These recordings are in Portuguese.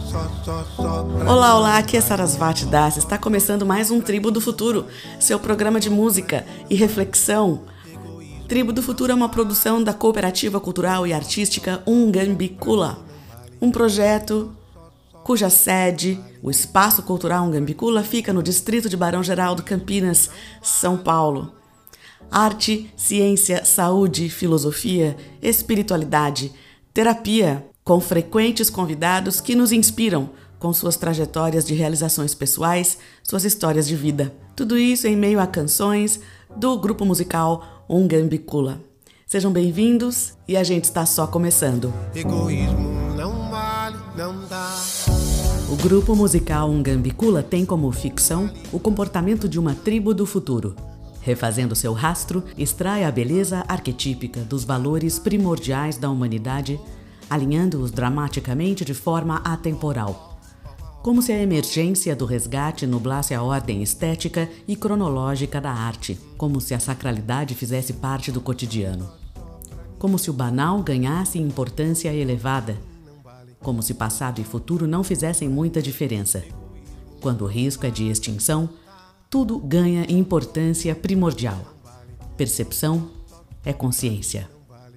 Olá, olá, aqui é Sarasvati Das. Está começando mais um Tribo do Futuro, seu programa de música e reflexão. Tribo do Futuro é uma produção da Cooperativa Cultural e Artística Ungambicula, um projeto cuja sede, o Espaço Cultural Ungambicula, fica no distrito de Barão Geraldo, Campinas, São Paulo. Arte, ciência, saúde, filosofia, espiritualidade, terapia, com frequentes convidados que nos inspiram com suas trajetórias de realizações pessoais, suas histórias de vida. Tudo isso em meio a canções do grupo musical Ungambicula. Sejam bem-vindos e a gente está só começando. Egoísmo não vale, não dá. O grupo musical Ungambicula tem como ficção o comportamento de uma tribo do futuro. Refazendo seu rastro, extrai a beleza arquetípica dos valores primordiais da humanidade, alinhando-os dramaticamente de forma atemporal. Como se a emergência do resgate nublasse a ordem estética e cronológica da arte, como se a sacralidade fizesse parte do cotidiano. Como se o banal ganhasse importância elevada, como se passado e futuro não fizessem muita diferença. Quando o risco é de extinção, tudo ganha importância primordial. Percepção é consciência.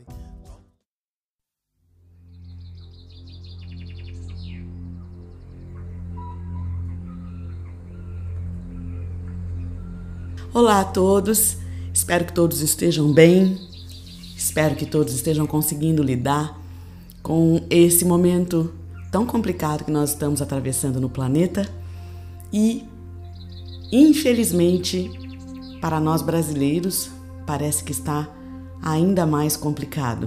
Olá a todos, espero que todos estejam bem, espero que todos estejam conseguindo lidar com esse momento tão complicado que nós estamos atravessando no planeta e, infelizmente, para nós brasileiros, parece que está ainda mais complicado.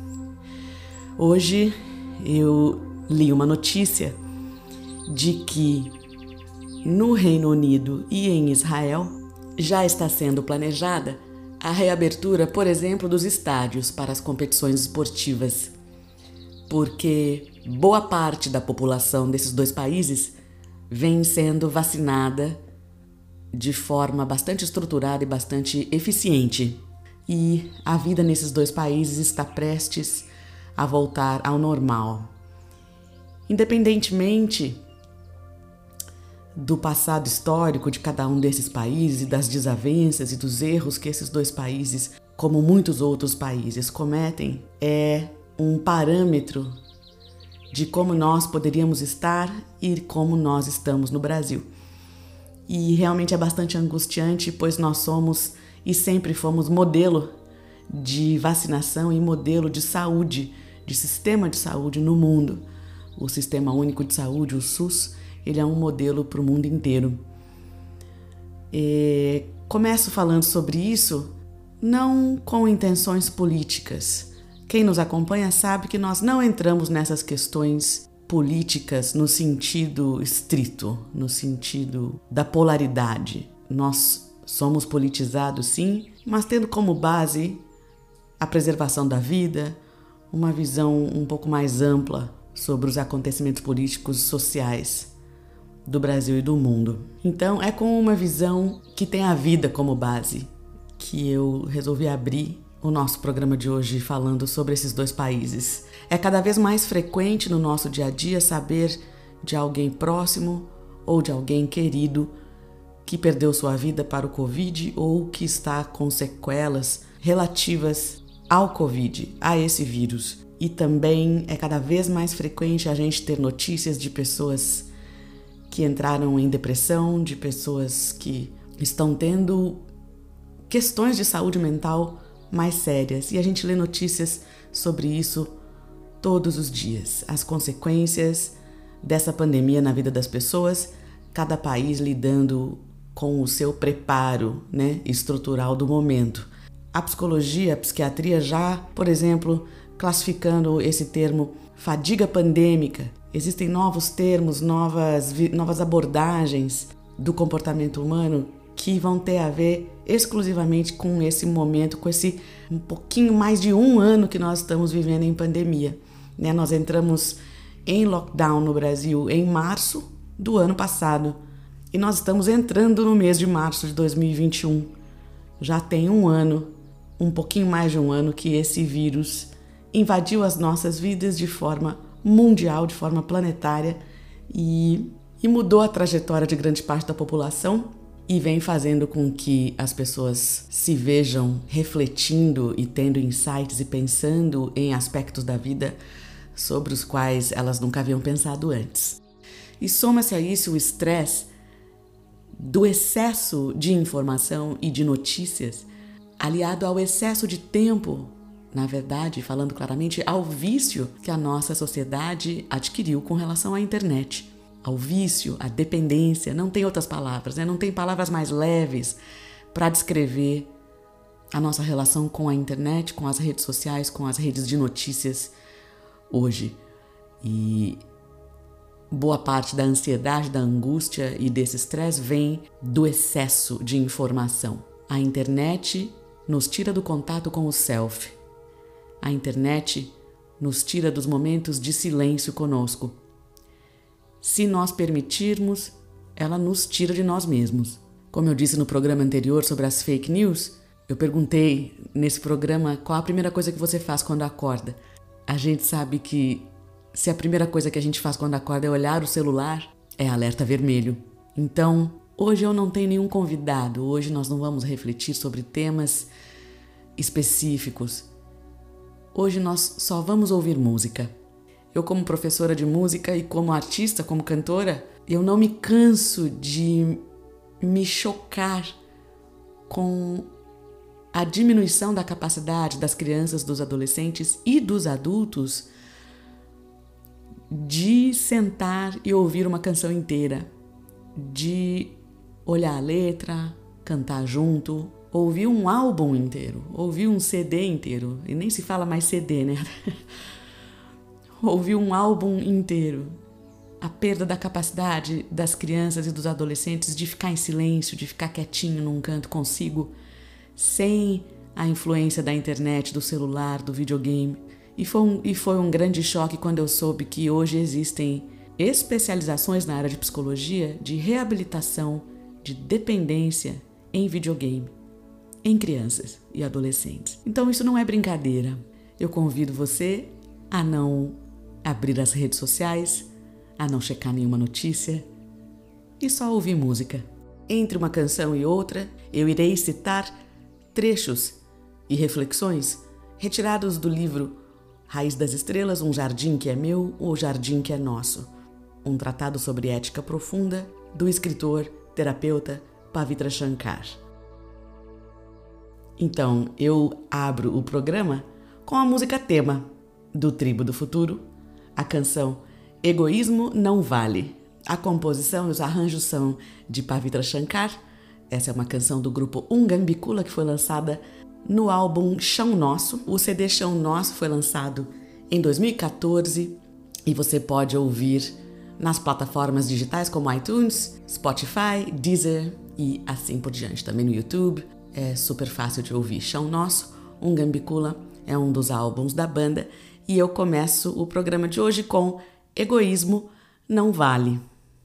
Hoje eu li uma notícia de que no Reino Unido e em Israel já está sendo planejada a reabertura, por exemplo, dos estádios para as competições esportivas, porque boa parte da população desses dois países vem sendo vacinada de forma bastante estruturada e bastante eficiente. E a vida nesses dois países está prestes a voltar ao normal. Independentemente do passado histórico de cada um desses países e das desavenças e dos erros que esses dois países, como muitos outros países, cometem, é um parâmetro de como nós poderíamos estar e como nós estamos no Brasil. E realmente é bastante angustiante, pois nós somos e sempre fomos modelo de vacinação e modelo de saúde, de sistema de saúde no mundo. O Sistema Único de Saúde, o SUS, ele é um modelo para o mundo inteiro. Começo falando sobre isso não com intenções políticas. Quem nos acompanha sabe que nós não entramos nessas questões políticas no sentido estrito, no sentido da polaridade. Nós somos politizados, sim, mas tendo como base a preservação da vida, uma visão um pouco mais ampla sobre os acontecimentos políticos e sociais do Brasil e do mundo. Então, é com uma visão que tem a vida como base que eu resolvi abrir o nosso programa de hoje falando sobre esses dois países. É cada vez mais frequente no nosso dia a dia saber de alguém próximo ou de alguém querido que perdeu sua vida para o Covid ou que está com sequelas relativas ao Covid, a esse vírus. E também é cada vez mais frequente a gente ter notícias de pessoas que entraram em depressão, de pessoas que estão tendo questões de saúde mental mais sérias. E a gente lê notícias sobre isso todos os dias. As consequências dessa pandemia na vida das pessoas, cada país lidando com o seu preparo, estrutural do momento. A psicologia, a psiquiatria já, por exemplo, classificando esse termo fadiga pandêmica. Existem novos termos, novas abordagens do comportamento humano que vão ter a ver exclusivamente com esse momento, com esse um pouquinho mais de um ano que nós estamos vivendo em pandemia. Nós entramos em lockdown no Brasil em março do ano passado e nós estamos entrando no mês de março de 2021. Já tem um ano, um pouquinho mais de um ano que esse vírus invadiu as nossas vidas de forma mundial, de forma planetária e mudou a trajetória de grande parte da população e vem fazendo com que as pessoas se vejam refletindo e tendo insights e pensando em aspectos da vida sobre os quais elas nunca haviam pensado antes. E soma-se a isso o estresse do excesso de informação e de notícias, aliado ao excesso de tempo, na verdade, falando claramente, ao vício que a nossa sociedade adquiriu com relação à internet. Ao vício, à dependência, não tem outras palavras, né? Não tem palavras mais leves para descrever a nossa relação com a internet, com as redes sociais, com as redes de notícias hoje. E boa parte da ansiedade, da angústia e desse estresse vem do excesso de informação. A internet nos tira do contato com o self. A internet nos tira dos momentos de silêncio conosco. Se nós permitirmos, ela nos tira de nós mesmos. Como eu disse no programa anterior sobre as fake news, eu perguntei nesse programa qual a primeira coisa que você faz quando acorda. A gente sabe que se a primeira coisa que a gente faz quando acorda é olhar o celular, é alerta vermelho. Então, hoje eu não tenho nenhum convidado, hoje nós não vamos refletir sobre temas específicos. Hoje nós só vamos ouvir música. Eu, como professora de música e como artista, como cantora, eu não me canso de me chocar com a diminuição da capacidade das crianças, dos adolescentes e dos adultos de sentar e ouvir uma canção inteira, de olhar a letra, cantar junto, ouvir um álbum inteiro, ouvir um CD inteiro, e nem se fala mais CD, né? Ouvir um álbum inteiro. A perda da capacidade das crianças e dos adolescentes de ficar em silêncio, de ficar quietinho num canto consigo, sem a influência da internet, do celular, do videogame. E foi um grande choque quando eu soube que hoje existem especializações na área de psicologia de reabilitação de dependência em videogame, em crianças e adolescentes. Então isso não é brincadeira. Eu convido você a não abrir as redes sociais, a não checar nenhuma notícia e só ouvir música. Entre uma canção e outra, eu irei citar trechos e reflexões retirados do livro Raiz das Estrelas, Um Jardim que é Meu, ou Jardim que é Nosso, um tratado sobre ética profunda do escritor, terapeuta Pavitra Shankar. Então, eu abro o programa com a música tema do Tribo do Futuro, a canção Egoísmo Não Vale. A composição e os arranjos são de Pavitra Shankar. Essa é uma canção do grupo Ungambicula que foi lançada no álbum Chão Nosso. O CD Chão Nosso foi lançado em 2014 e você pode ouvir nas plataformas digitais como iTunes, Spotify, Deezer e assim por diante. Também no YouTube, é super fácil de ouvir. Chão Nosso, Ungambicula é um dos álbuns da banda e eu começo o programa de hoje com Egoísmo Não Vale.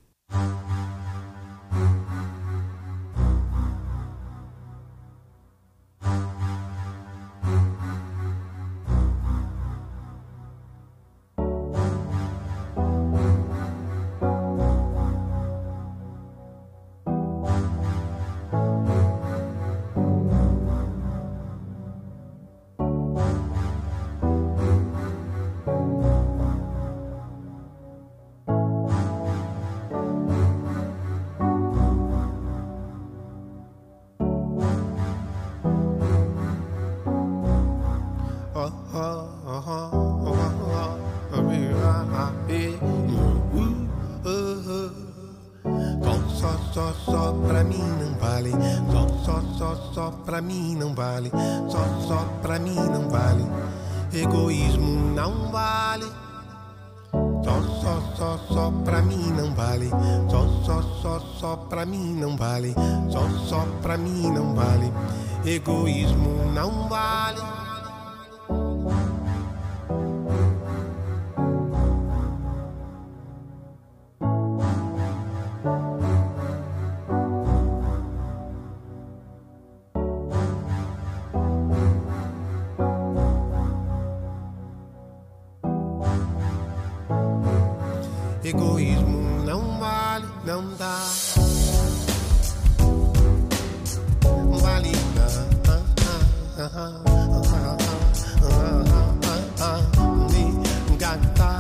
Só pra mim não vale. Só pra mim não vale. Só pra mim não vale. Egoísmo não vale. Só pra mim não vale. Só pra mim não vale. Só pra mim não vale. Egoísmo não vale. Egoísmo não dá. Vale gata,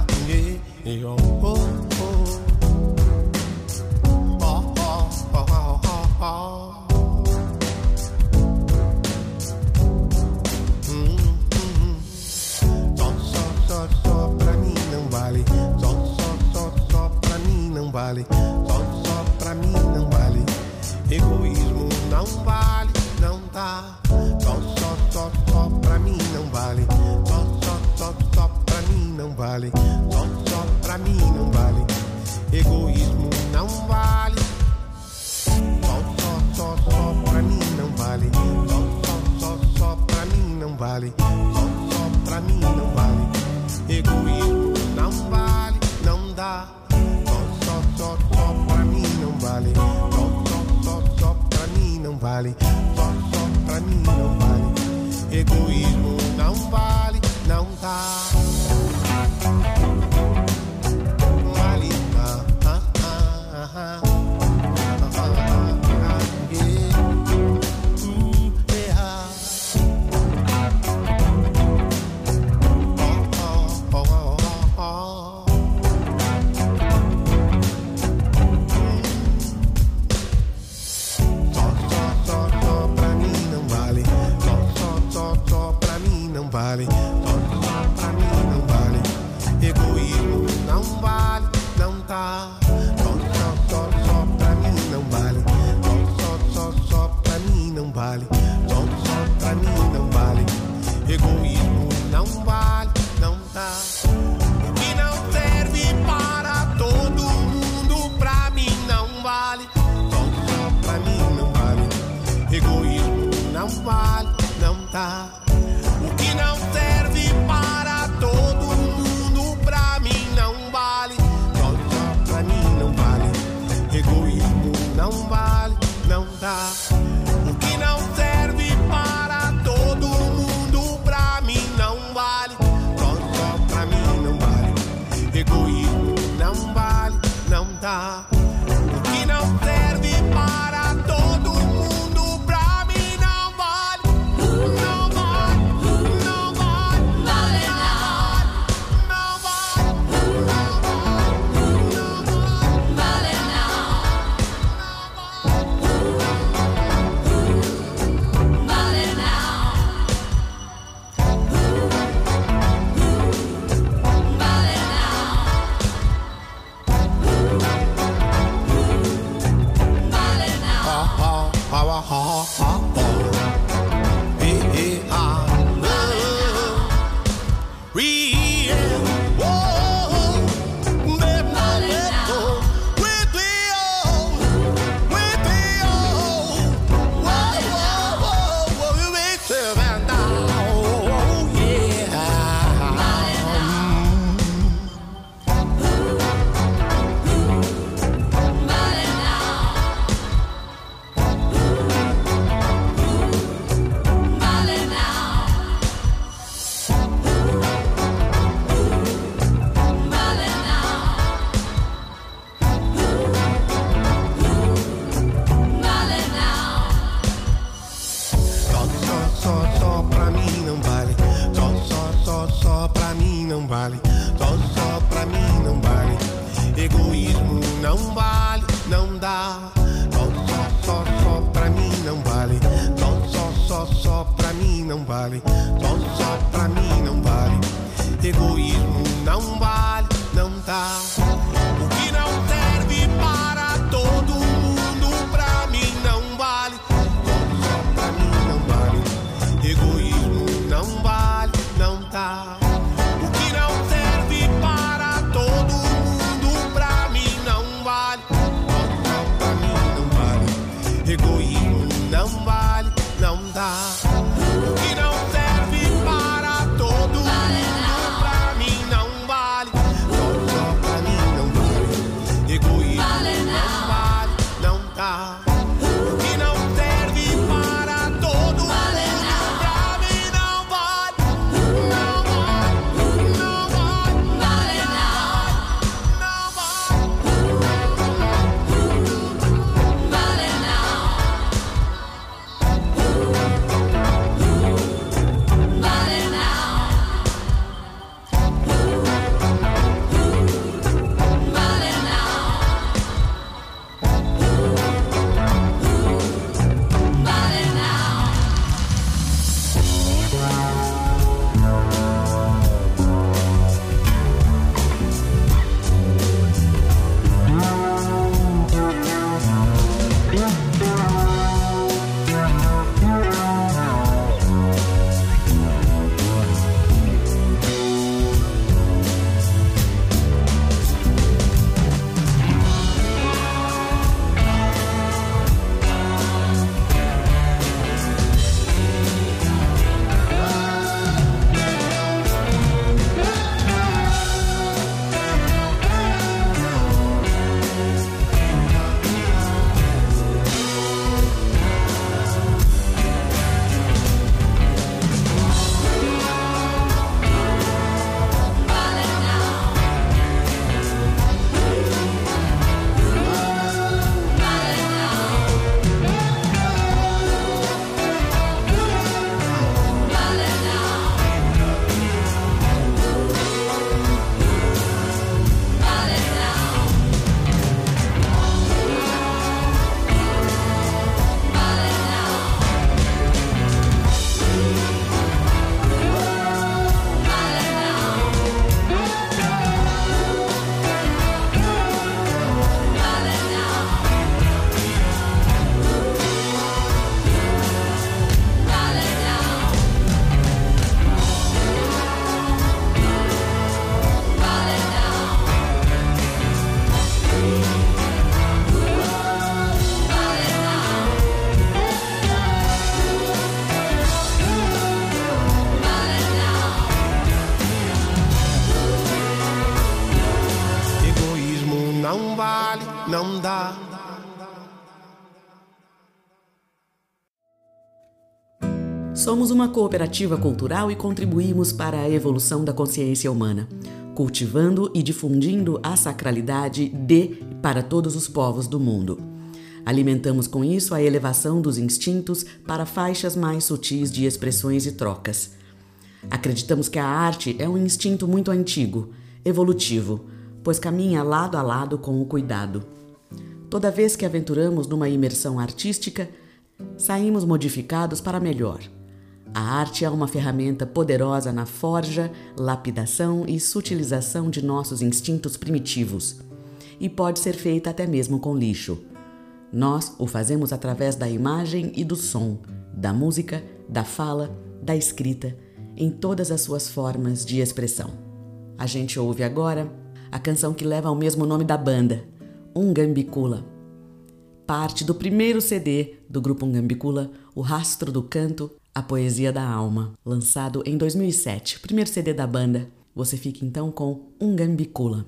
só pra mim não vale. Só pra mim não vale. Só pra mim não vale. Egoísmo não vale, não dá. Só pra mim não vale. Só pra mim não vale. Só pra mim não vale. Egoísmo não vale. Só pra mim não vale. Só pra mim não vale. Só pra mim não vale. Egoísmo não vale, não dá. Só pra mim não vale. Só pra mim não vale. Só pra mim não vale. Egoísmo não vale, não dá. Vale, vale, só pra mim não vale. Egoísmo não vale, não dá. Só pra mim não vale. Só pra mim não vale. Só pra mim não vale. Egoísmo não vale, não dá. O que não serve para todo mundo, pra mim não vale. Só pra mim não vale. Egoísmo não vale, não dá. O que não serve para todo mundo, pra mim não vale. Só pra mim não vale. Egoísmo não vale, não dá. O que não serve para todo mundo, pra mim não vale. Só pra mim não vale. Egoísmo não vale, não dá. O que não serve para todo mundo, pra mim não vale. Não vale. Só pra mim não vale. Só pra mim não vale. Só pra mim não vale. Egoísmo não vale, não dá. Só pra mim não vale. Só pra mim não vale. Só pra mim não vale. Egoísmo não vale, não dá. O que não serve para todo mundo, pra mim não vale. Só pra mim não vale. Egoísmo não vale, não dá. O que não serve para todo mundo, pra mim não vale. Só pra mim não vale. Egoísmo não vale, não dá. O que não serve para todo mundo, pra mim não vale. Só pra mim não vale. Egoísmo não vale, não dá. O que não serve para todo mundo, pra mim não vale. Não vale, não vale, não vale, não vale. não vale, não dá. Somos uma cooperativa cultural e contribuímos para a evolução da consciência humana, cultivando e difundindo a sacralidade de e para todos os povos do mundo. Alimentamos com isso a elevação dos instintos para faixas mais sutis de expressões e trocas. Acreditamos que a arte é um instinto muito antigo, evolutivo, pois caminha lado a lado com o cuidado. Toda vez que aventuramos numa imersão artística, saímos modificados para melhor. A arte é uma ferramenta poderosa na forja, lapidação e sutilização de nossos instintos primitivos, e pode ser feita até mesmo com lixo. Nós o fazemos através da imagem e do som, da música, da fala, da escrita, em todas as suas formas de expressão. A gente ouve agora a canção que leva o mesmo nome da banda, Ungambicula. Parte do primeiro CD do grupo Ungambicula, O Rastro do Canto, A Poesia da Alma, lançado em 2007, primeiro CD da banda. Você fica então com Ungambicula.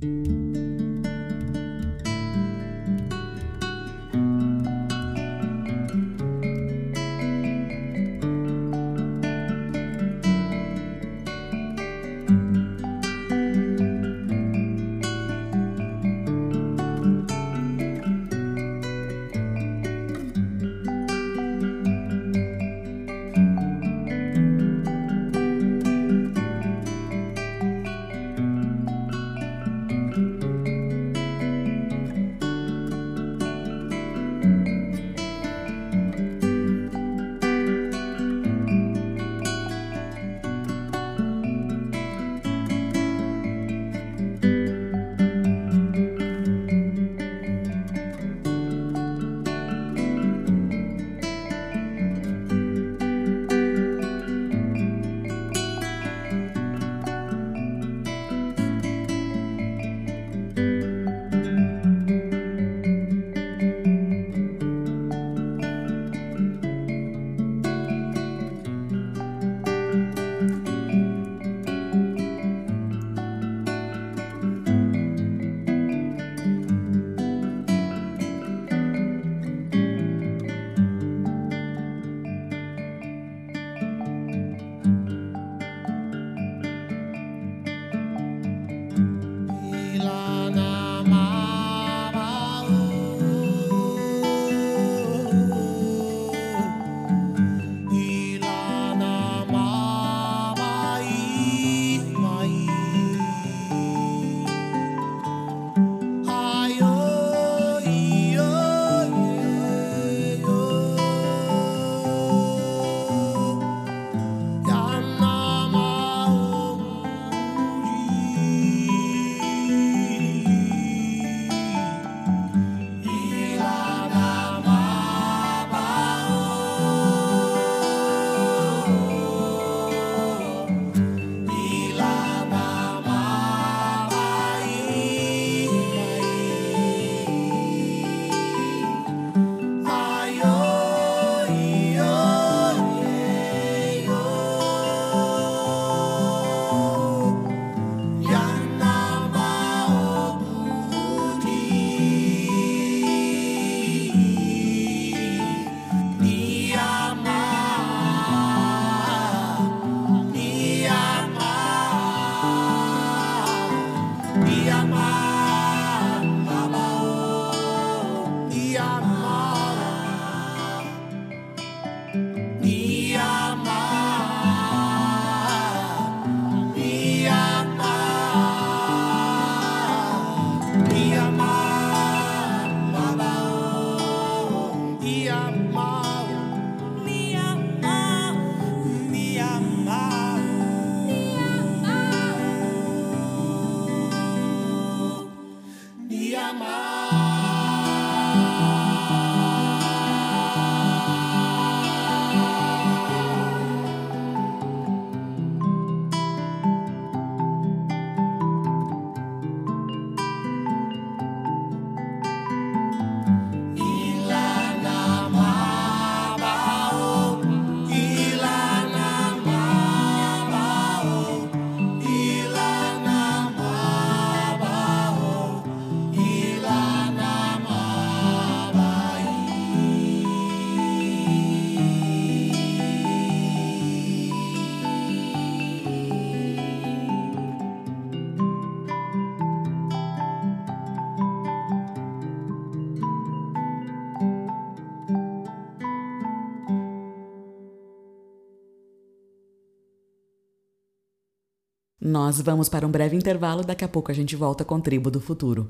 Nós vamos para um breve intervalo, daqui a pouco a gente volta com Tribo do Futuro.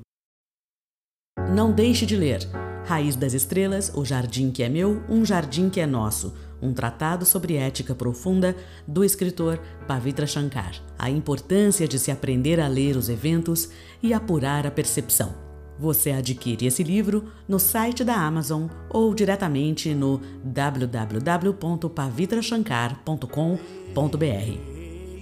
Não deixe de ler Raiz das Estrelas, O Jardim que é Meu, Um Jardim que é Nosso, um tratado sobre ética profunda do escritor Pavitra Shankar, a importância de se aprender a ler os eventos e apurar a percepção. Você adquire esse livro no site da Amazon ou diretamente no www.pavitrashankar.com.br.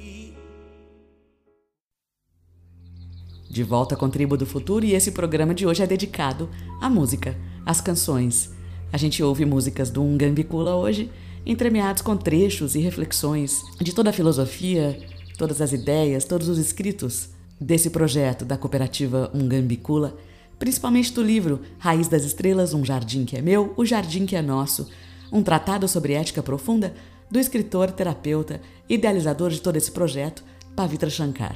De volta com Tribo do Futuro, e esse programa de hoje é dedicado à música, às canções. A gente ouve músicas do Ngambicula hoje, entremeados com trechos e reflexões de toda a filosofia, todas as ideias, todos os escritos desse projeto da cooperativa Ungambicula, principalmente do livro Raiz das Estrelas, Um Jardim que é Meu, O Jardim que é Nosso, um tratado sobre ética profunda do escritor, terapeuta, idealizador de todo esse projeto, Pavitra Shankar.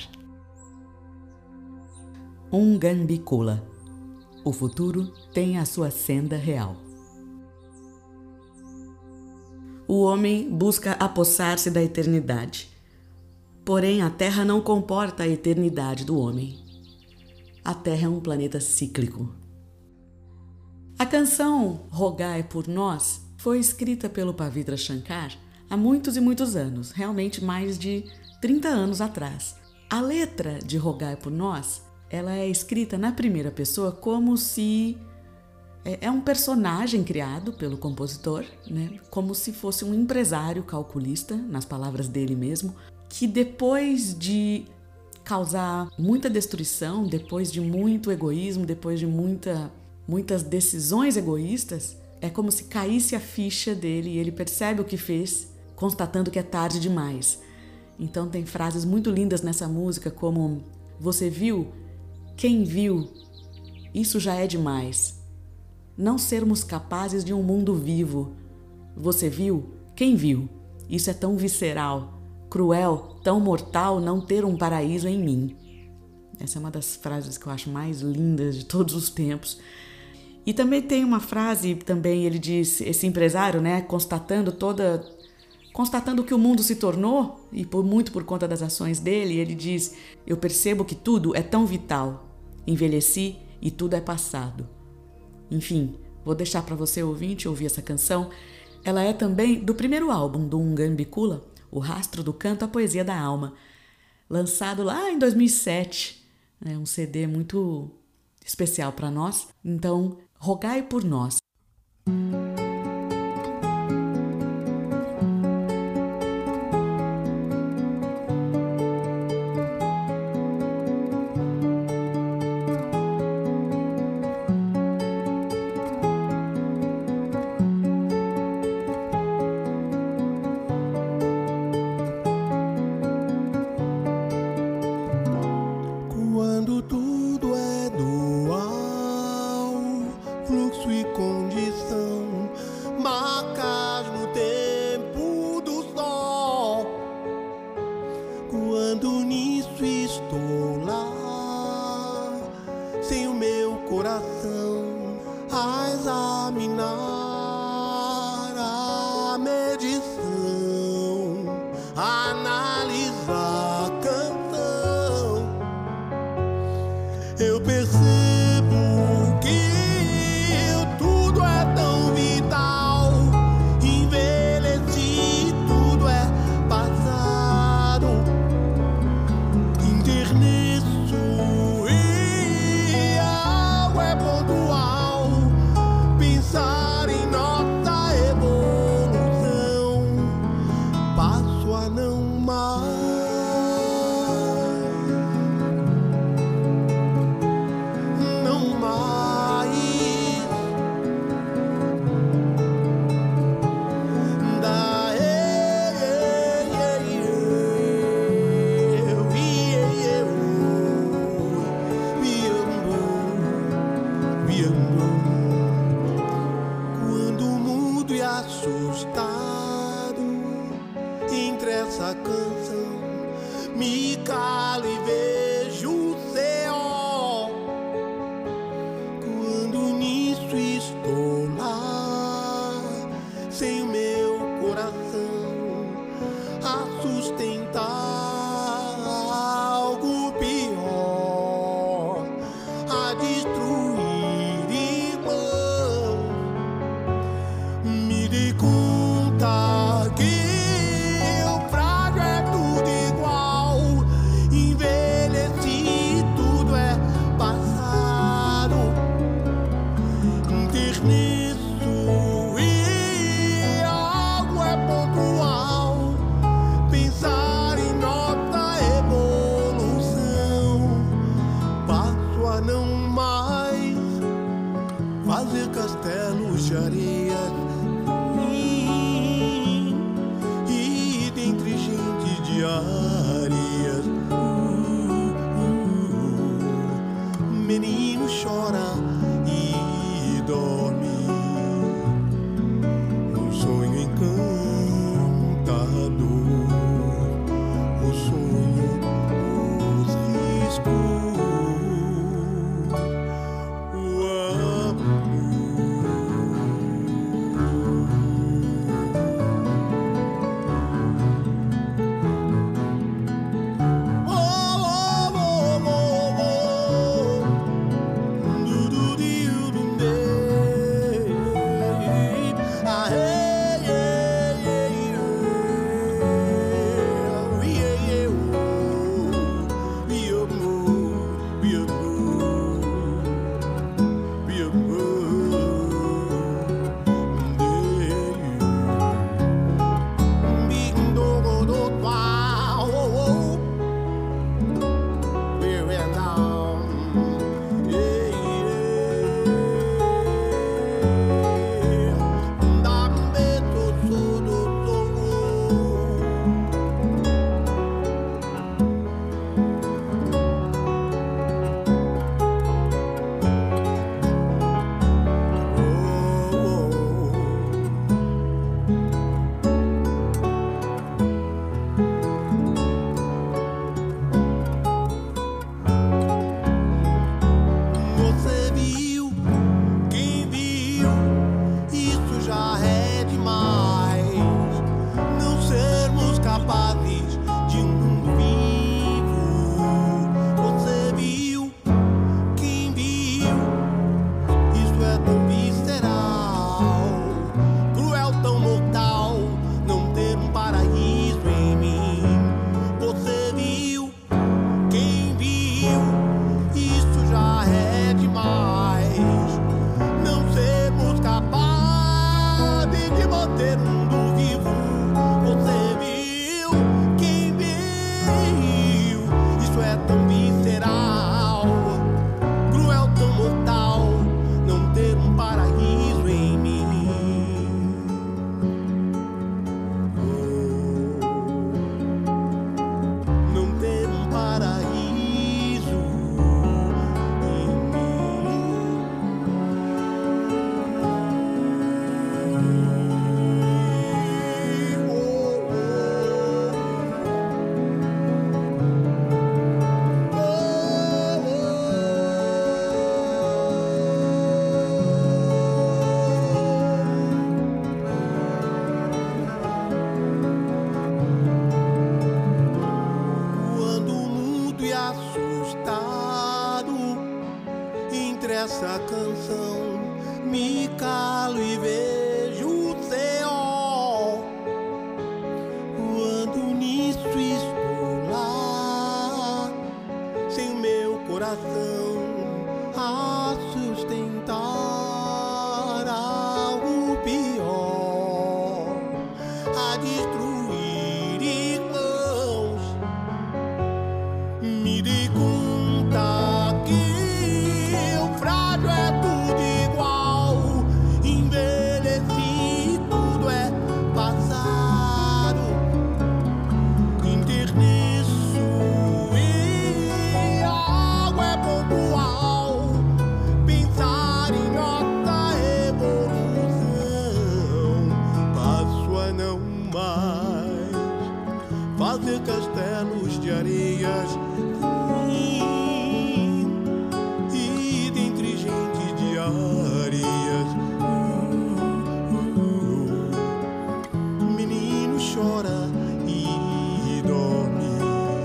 Ungambicula. O futuro tem a sua senda real. O homem busca apossar-se da eternidade. Porém, a Terra não comporta a eternidade do homem. A Terra é um planeta cíclico. A canção Rogai por Nós foi escrita pelo Pavitra Shankar há muitos e muitos anos, realmente mais de 30 anos atrás. A letra de Rogai por Nós, ela é escrita na primeira pessoa como se é um personagem criado pelo compositor, né? Como se fosse um empresário calculista, nas palavras dele mesmo, que depois de causar muita destruição, depois de muito egoísmo, depois de muitas decisões egoístas, é como se caísse a ficha dele e ele percebe o que fez, constatando que é tarde demais. Então tem frases muito lindas nessa música como: você viu? Quem viu? Isso já é demais. Não sermos capazes de um mundo vivo. Você viu? Quem viu? Isso é tão visceral, cruel, tão mortal não ter um paraíso em mim. Essa é uma das frases que eu acho mais lindas de todos os tempos. E também tem uma frase, também ele diz, esse empresário, né, constatando o que o mundo se tornou, e muito por conta das ações dele, ele diz: eu percebo que tudo é tão vital. Envelheci e tudo é passado. Enfim, vou deixar para você, ouvinte, ouvir essa canção. Ela é também do primeiro álbum do Ungambicula, O Rastro do Canto, a Poesia da Alma, lançado lá em 2007. É um CD muito especial para nós. Então, rogai por nós. E dentre gente de áreas essa canção, me calo e vejo o céu. Quando nisso estou lá, sem meu coração a sustentar algo pior, a destruir irmãos. Me dei conta que o frágil é tudo igual, envelheci, tudo é passado, enterneço e algo é pontual, pensar em nossa evolução, passo a não mais fazer castelos de areias e dentre gente de areias. Menino chora e dorme,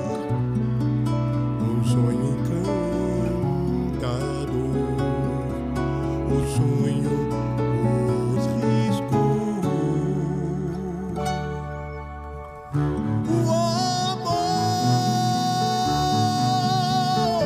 um sonho encantador, o sonho, os riscos. O amor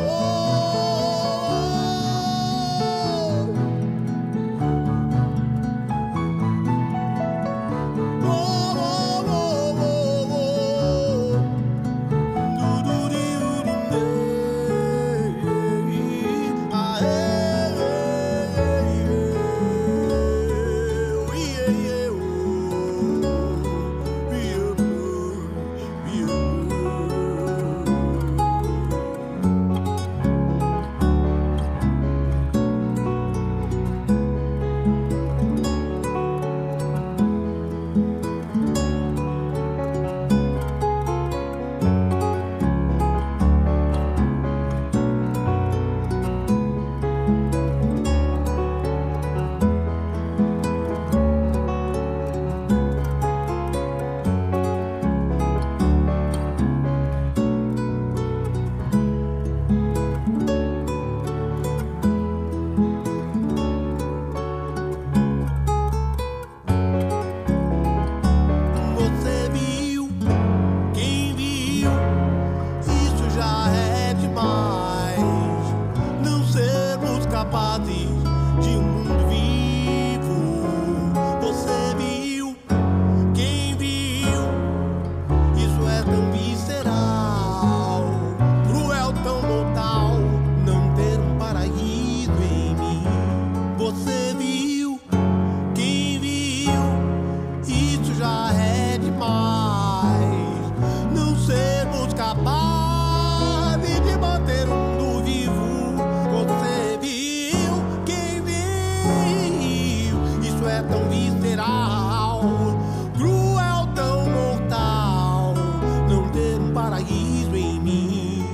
visceral, cruel, tão mortal, não ter um paraíso em mim. Você viu, quem viu, isso já é demais. Não sermos capazes de manter um mundo vivo. Você viu, quem viu, isso é tão visceral, cruel, tão mortal, não ter um paraíso em mim.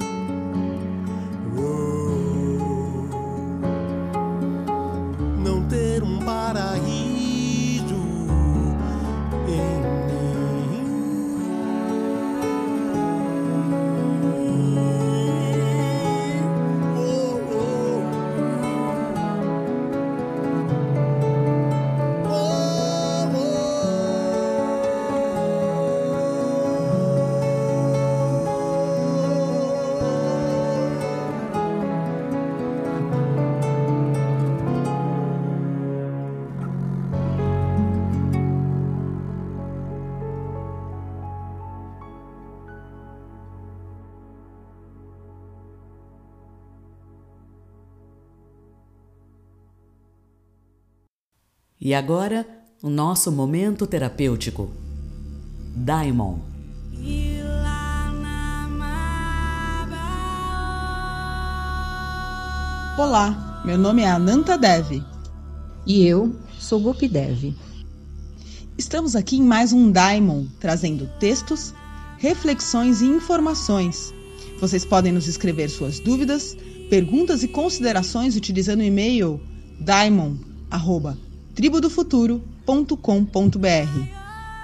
Não ter um paraíso em mim. E agora, o nosso momento terapêutico. Daimon. Olá, meu nome é Ananta Devi. E eu sou Gopi Devi. Estamos aqui em mais um Daimon, trazendo textos, reflexões e informações. Vocês podem nos escrever suas dúvidas, perguntas e considerações utilizando o e-mail daimon@tribudofuturo.com.br.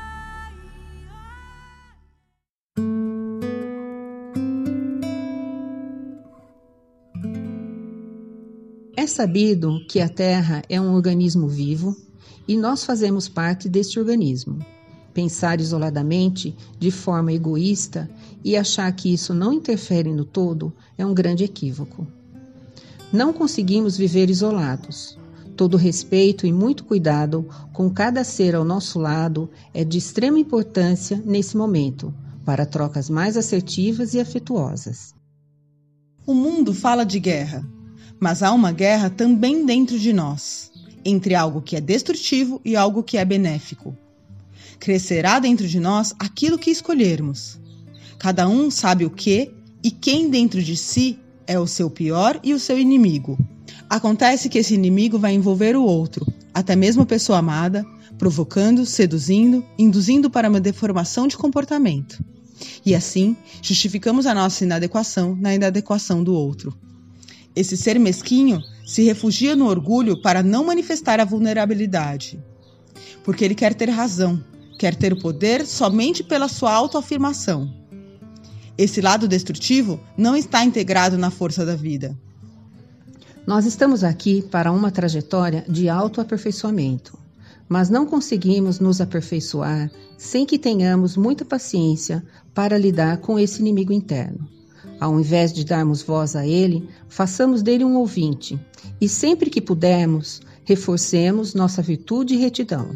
É sabido que a Terra é um organismo vivo e nós fazemos parte deste organismo. Pensar isoladamente, de forma egoísta, e achar que isso não interfere no todo é um grande equívoco. Não conseguimos viver isolados. Todo respeito e muito cuidado com cada ser ao nosso lado é de extrema importância nesse momento, para trocas mais assertivas e afetuosas. O mundo fala de guerra, mas há uma guerra também dentro de nós, entre algo que é destrutivo e algo que é benéfico. Crescerá dentro de nós aquilo que escolhermos. Cada um sabe o que e quem dentro de si é o seu pior e o seu inimigo. Acontece que esse inimigo vai envolver o outro, até mesmo a pessoa amada, provocando, seduzindo, induzindo para uma deformação de comportamento. E assim, justificamos a nossa inadequação na inadequação do outro. Esse ser mesquinho se refugia no orgulho para não manifestar a vulnerabilidade. Porque ele quer ter razão, quer ter o poder somente pela sua autoafirmação. Esse lado destrutivo não está integrado na força da vida. Nós estamos aqui para uma trajetória de autoaperfeiçoamento, mas não conseguimos nos aperfeiçoar sem que tenhamos muita paciência para lidar com esse inimigo interno. Ao invés de darmos voz a ele, façamos dele um ouvinte e sempre que pudermos, reforcemos nossa virtude e retidão.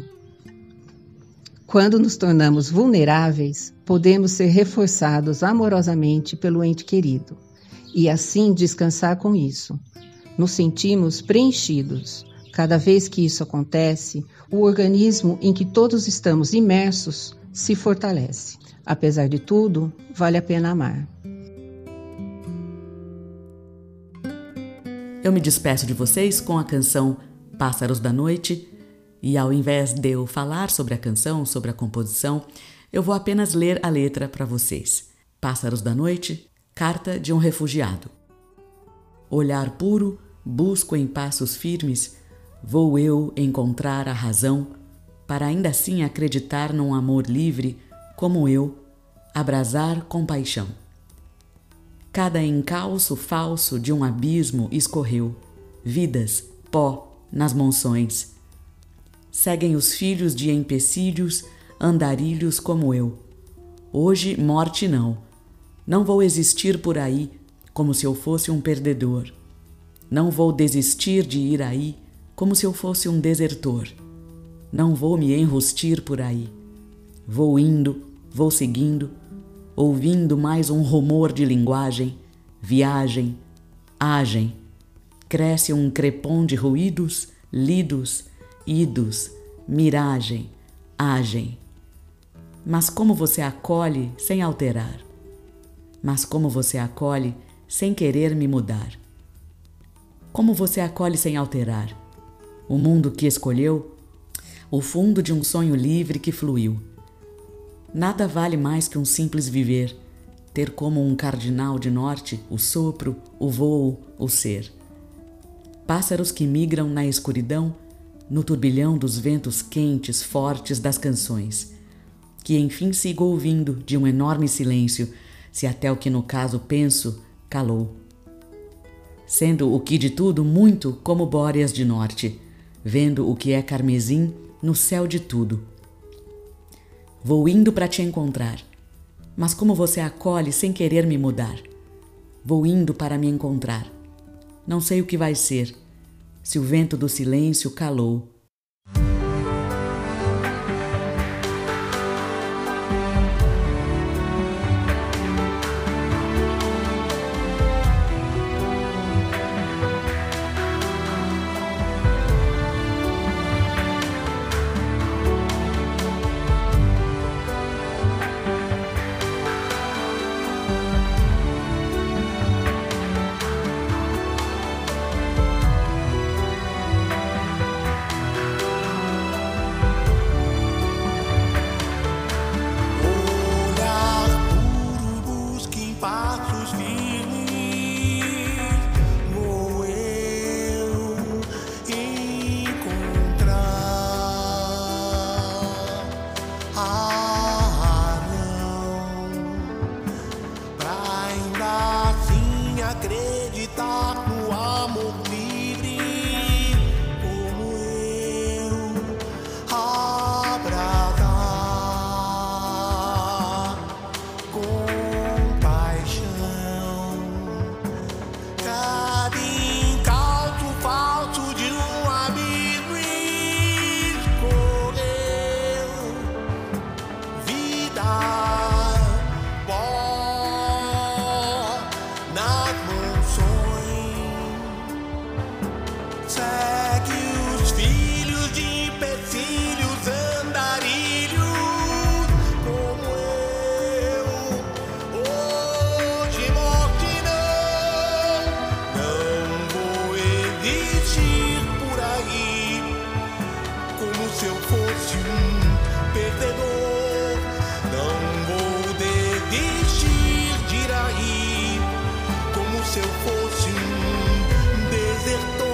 Quando nos tornamos vulneráveis, podemos ser reforçados amorosamente pelo ente querido e assim descansar com isso. Nos sentimos preenchidos. Cada vez que isso acontece, o organismo em que todos estamos imersos se fortalece. Apesar de tudo, vale a pena amar. Eu me despeço de vocês com a canção Pássaros da Noite e ao invés de eu falar sobre a canção, sobre a composição, eu vou apenas ler a letra para vocês. Pássaros da Noite, carta de um refugiado. Olhar puro, busco em passos firmes, vou eu encontrar a razão para ainda assim acreditar num amor livre como eu, abrasar compaixão. Cada encalço falso de um abismo escorreu, vidas, pó, nas monções. Seguem os filhos de empecilhos, andarilhos como eu. Hoje morte não vou existir por aí como se eu fosse um perdedor. Não vou desistir de ir aí como se eu fosse um desertor. Não vou me enrustir por aí. Vou indo, vou seguindo, ouvindo mais um rumor de linguagem, viagem, agem, cresce um crepom de ruídos, lidos, idos, miragem, agem. Mas como você acolhe sem alterar? Mas como você acolhe sem querer me mudar? Como você acolhe sem alterar? O mundo que escolheu, o fundo de um sonho livre que fluiu. Nada vale mais que um simples viver, ter como um cardinal de norte o sopro, o voo, o ser. Pássaros que migram na escuridão, no turbilhão dos ventos quentes, fortes das canções, que enfim sigo ouvindo de um enorme silêncio, se até o que no caso penso calou. Sendo o que de tudo muito como bóreas de norte, vendo o que é carmesim no céu de tudo. Vou indo para te encontrar, mas como você acolhe sem querer me mudar? Vou indo para me encontrar. Não sei o que vai ser, se o vento do silêncio calou. Acreditar no amor livre como eu, abraçar com paixão cada encalço falso de um abismo e escolheu vida. Segue os filhos de empecilhos, andarilhos como eu. Hoje morte não vou existir por aí como se eu fosse um perdedor. Não vou desistir de ir aí como se eu fosse um desertor.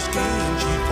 quem te